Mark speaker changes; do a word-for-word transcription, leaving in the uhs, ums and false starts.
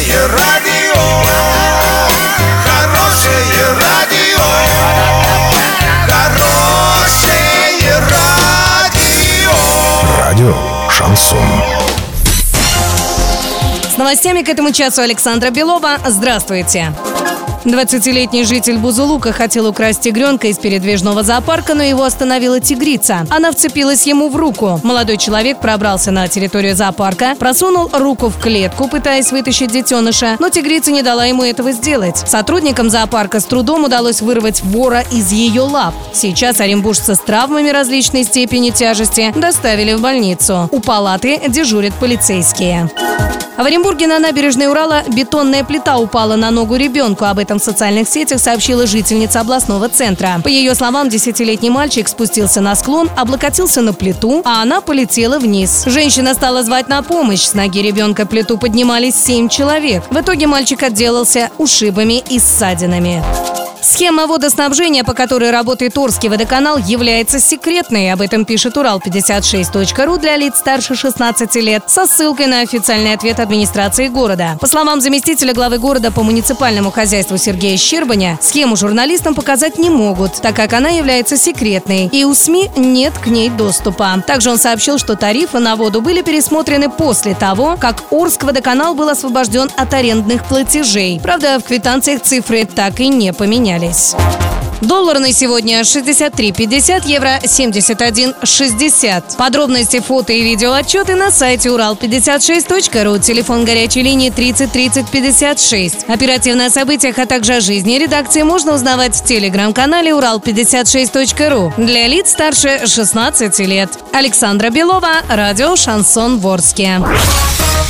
Speaker 1: Хорошее радио, хорошее радио, хорошее радио.
Speaker 2: Радио Шансон.
Speaker 3: С новостями к этому часу Александра Белова. Здравствуйте. двадцатилетний житель Бузулука хотел украсть тигренка из передвижного зоопарка, но его остановила тигрица. Она вцепилась ему в руку. Молодой человек пробрался на территорию зоопарка, просунул руку в клетку, пытаясь вытащить детеныша, но тигрица не дала ему этого сделать. Сотрудникам зоопарка с трудом удалось вырвать вора из ее лап. Сейчас оренбуржца с травмами различной степени тяжести доставили в больницу. У палаты дежурят полицейские. В Оренбурге на набережной Урала бетонная плита упала на ногу ребенку. Об этом в социальных сетях сообщила жительница областного центра. По ее словам, десятилетний мальчик спустился на склон, облокотился на плиту, а она полетела вниз. Женщина стала звать на помощь. С ноги ребенка плиту поднимались семь человек. В итоге мальчик отделался ушибами и ссадинами. Схема водоснабжения, по которой работает Орский водоканал, является секретной. Об этом пишет Урал пятьдесят шесть точка ру для лиц старше шестнадцати лет со ссылкой на официальный ответ администрации города. По словам заместителя главы города по муниципальному хозяйству Сергея Щербаня, схему журналистам показать не могут, так как она является секретной, и у СМИ нет к ней доступа. Также он сообщил, что тарифы на воду были пересмотрены после того, как Орский водоканал был освобожден от арендных платежей. Правда, в квитанциях цифры так и не поменялись. Доллар на сегодня шестьдесят три пятьдесят, евро семьдесят один шестьдесят. Подробности, фото и видеоотчеты на сайте урал пятьдесят шесть точка ру, телефон горячей линии тридцать тридцать пятьдесят шесть. Оперативно о событиях, а также о жизни редакции можно узнавать в телеграм-канале урал пятьдесят шесть точка ру для лиц старше шестнадцати лет. Александра Белова, радио Шансон в Орске.